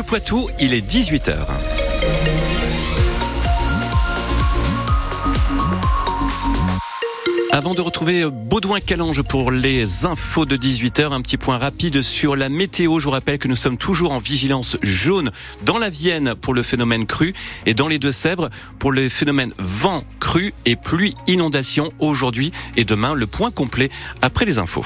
Poitou, il est 18h. Avant de retrouver Baudouin-Calange pour les infos de 18h, un petit point rapide sur la météo. Je vous rappelle que nous sommes toujours en vigilance jaune dans la Vienne pour le phénomène crue et dans les Deux-Sèvres pour le phénomène vent, crue et pluie, inondation aujourd'hui et demain. Le point complet après les infos.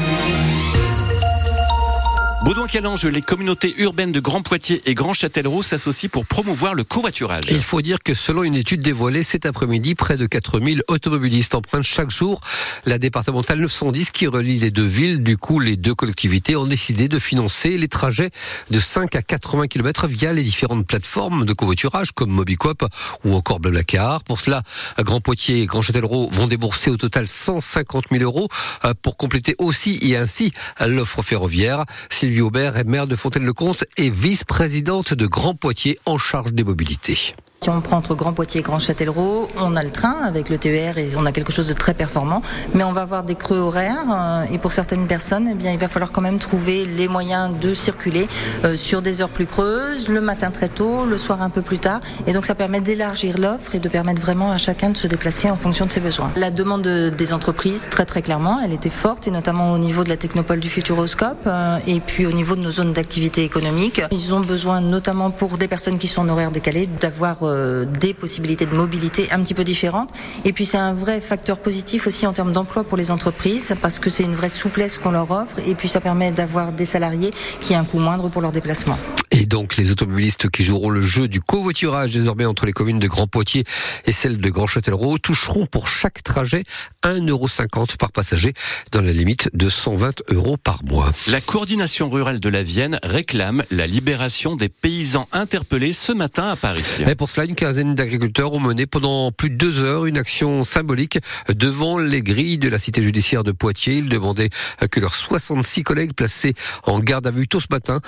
Baudouin-Calange, les communautés urbaines de Grand Poitiers et Grand Châtellerault s'associent pour promouvoir le covoiturage. Il faut dire que selon une étude dévoilée cet après-midi, près de 4000 automobilistes empruntent chaque jour la départementale 910 qui relie les deux villes. Du coup, les deux collectivités ont décidé de financer les trajets de 5 à 80 km via les différentes plateformes de covoiturage comme Mobicoop ou encore Blablacar. Pour cela, Grand Poitiers et Grand Châtellerault vont débourser au total 150 000 euros pour compléter aussi et ainsi l'offre ferroviaire. Sylvie Aubert est maire de Fontaine-le-Comte et vice-présidente de Grand Poitiers en charge des mobilités. Si on prend entre Grand Poitiers et Grand Châtellerault, on a le train avec le TER et on a quelque chose de très performant, mais on va avoir des creux horaires et pour certaines personnes, il va falloir quand même trouver les moyens de circuler sur des heures plus creuses, le matin très tôt, le soir un peu plus tard, et donc ça permet d'élargir l'offre et de permettre vraiment à chacun de se déplacer en fonction de ses besoins. La demande des entreprises, très très clairement, elle était forte et notamment au niveau de la technopole du Futuroscope et puis au niveau de nos zones d'activité économique. Ils ont besoin notamment pour des personnes qui sont en horaire décalé d'avoir des possibilités de mobilité un petit peu différentes. Et puis c'est un vrai facteur positif aussi en termes d'emploi pour les entreprises parce que c'est une vraie souplesse qu'on leur offre et puis ça permet d'avoir des salariés qui ont un coût moindre pour leur déplacement. Et donc les automobilistes qui joueront le jeu du covoiturage désormais entre les communes de Grand Poitiers et celles de Grand Châtellerault toucheront pour chaque trajet 1,50 € par passager dans la limite de 120 € par mois. La coordination rurale de la Vienne réclame la libération des paysans interpellés ce matin à Paris. Et pour cela, une quinzaine d'agriculteurs ont mené pendant plus de 2 heures une action symbolique devant les grilles de la cité judiciaire de Poitiers. Ils demandaient que leurs 66 collègues placés en garde à vue tôt ce matin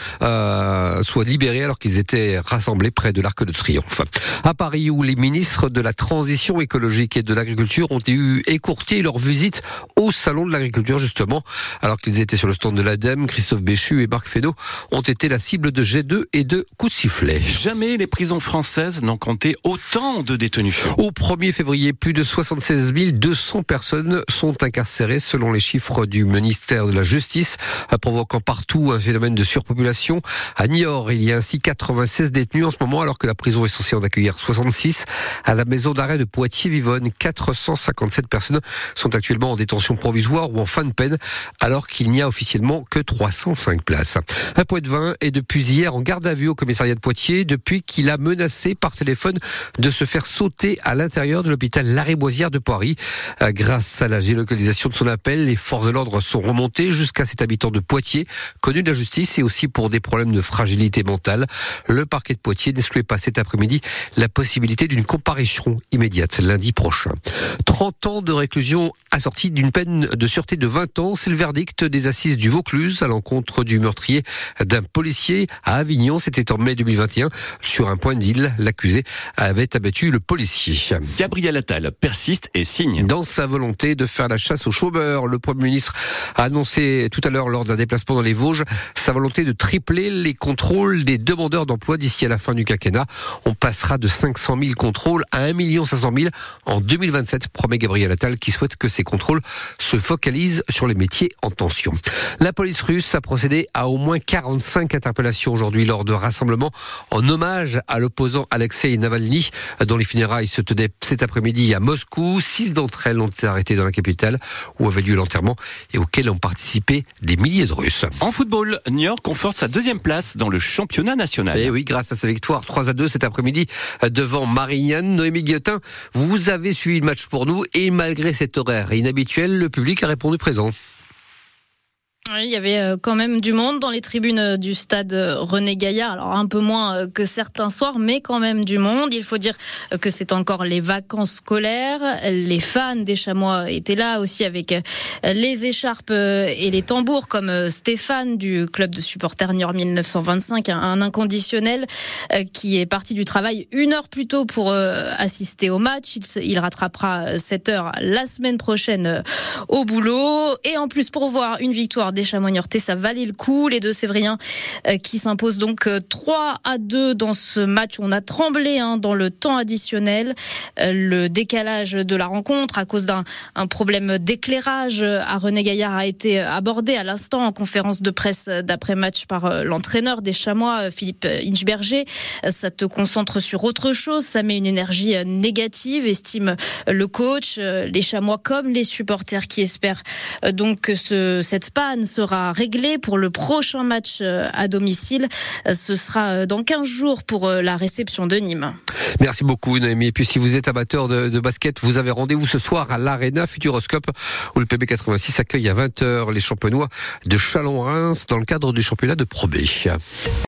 soient libérés alors qu'ils étaient rassemblés près de l'Arc de Triomphe. À Paris, où les ministres de la Transition écologique et de l'Agriculture ont écourté leur visite au Salon de l'Agriculture, justement, alors qu'ils étaient sur le stand de l'ADEME. Christophe Béchu et Marc Fesneau ont été la cible de jets d'œufs et de coups de sifflet. Jamais les prisons françaises n'ont compté autant de détenus. Au 1er février, plus de 76 200 personnes sont incarcérées selon les chiffres du ministère de la Justice, provoquant partout un phénomène de surpopulation. À Niort, il y a ainsi 96 détenus en ce moment, alors que la prison est censée en accueillir 66. À la maison d'arrêt de Poitiers-Vivonne, 457 personnes sont actuellement en détention provisoire ou en fin de peine, alors qu'il n'y a officiellement que 305 places. Un Poitevin est depuis hier en garde à vue au commissariat de Poitiers, depuis qu'il a menacé par téléphone de se faire sauter à l'intérieur de l'hôpital Lariboisière de Poiry. Grâce à la géolocalisation de son appel, les forces de l'ordre sont remontées jusqu'à cet habitant de Poitiers, connu de la justice et aussi pour des problèmes de fragilité mentale. Le parquet de Poitiers n'exclut pas cet après-midi la possibilité d'une comparution immédiate lundi prochain. 30 ans de réclusion assortie d'une peine de sûreté de 20 ans, c'est le verdict des assises du Vaucluse à l'encontre du meurtrier d'un policier à Avignon. C'était en mai 2021. Sur un point d'île, l'accusé avait abattu le policier. Gabriel Attal persiste et signe. Dans sa volonté de faire la chasse aux chômeurs, le Premier ministre a annoncé tout à l'heure lors d'un déplacement dans les Vosges sa volonté de tripler les contrôles des demandeurs d'emploi d'ici à la fin du quinquennat. On passera de 500 000 contrôles à 1 500 000 en 2027, promet Gabriel Attal, qui souhaite que ces contrôles se focalisent sur les métiers en tension. La police russe a procédé à au moins 45 interpellations aujourd'hui lors de rassemblements en hommage à l'opposant Alexei Navalny, dont les funérailles se tenaient cet après-midi à Moscou. 6 d'entre elles ont été arrêtées dans la capitale où avait lieu l'enterrement et auquel ont participé des milliers de Russes. En football, Niort conforte sa 2e place dans le championnat national. Et oui, grâce à sa victoire 3-2 cet après-midi devant Marignane. Noémie Guillotin, vous avez suivi le match pour nous et malgré cet horaire inhabituel, le public a répondu présent. Oui, il y avait quand même du monde dans les tribunes du stade René Gaillard. Alors un peu moins que certains soirs, mais quand même du monde. Il faut dire que c'est encore les vacances scolaires. Les fans des Chamois étaient là aussi avec les écharpes et les tambours, comme Stéphane du club de supporters Niort 1925, un inconditionnel qui est parti du travail 1 heure plus tôt pour assister au match. Il rattrapera 7 heures la semaine prochaine au boulot. Et en plus, pour voir une victoire victoire des Chamois-Niortais, ça valait le coup. Les deux Sévriens qui s'imposent donc 3-2 dans ce match. On a tremblé dans le temps additionnel. Le décalage de la rencontre à cause d'un problème d'éclairage à René Gaillard a été abordé à l'instant en conférence de presse d'après-match par l'entraîneur des Chamois, Philippe Inchberger. Ça te concentre sur autre chose, ça met une énergie négative, estime le coach. Les Chamois comme les supporters qui espèrent donc que cette panne sera réglée pour le prochain match à domicile. Ce sera dans 15 jours pour la réception de Nîmes. Merci beaucoup Noémie. Et puis si vous êtes amateur de basket, vous avez rendez-vous ce soir à l'Arena Futuroscope où le PB86 accueille à 20h les champenois de Châlons-Reims dans le cadre du championnat de Pro B.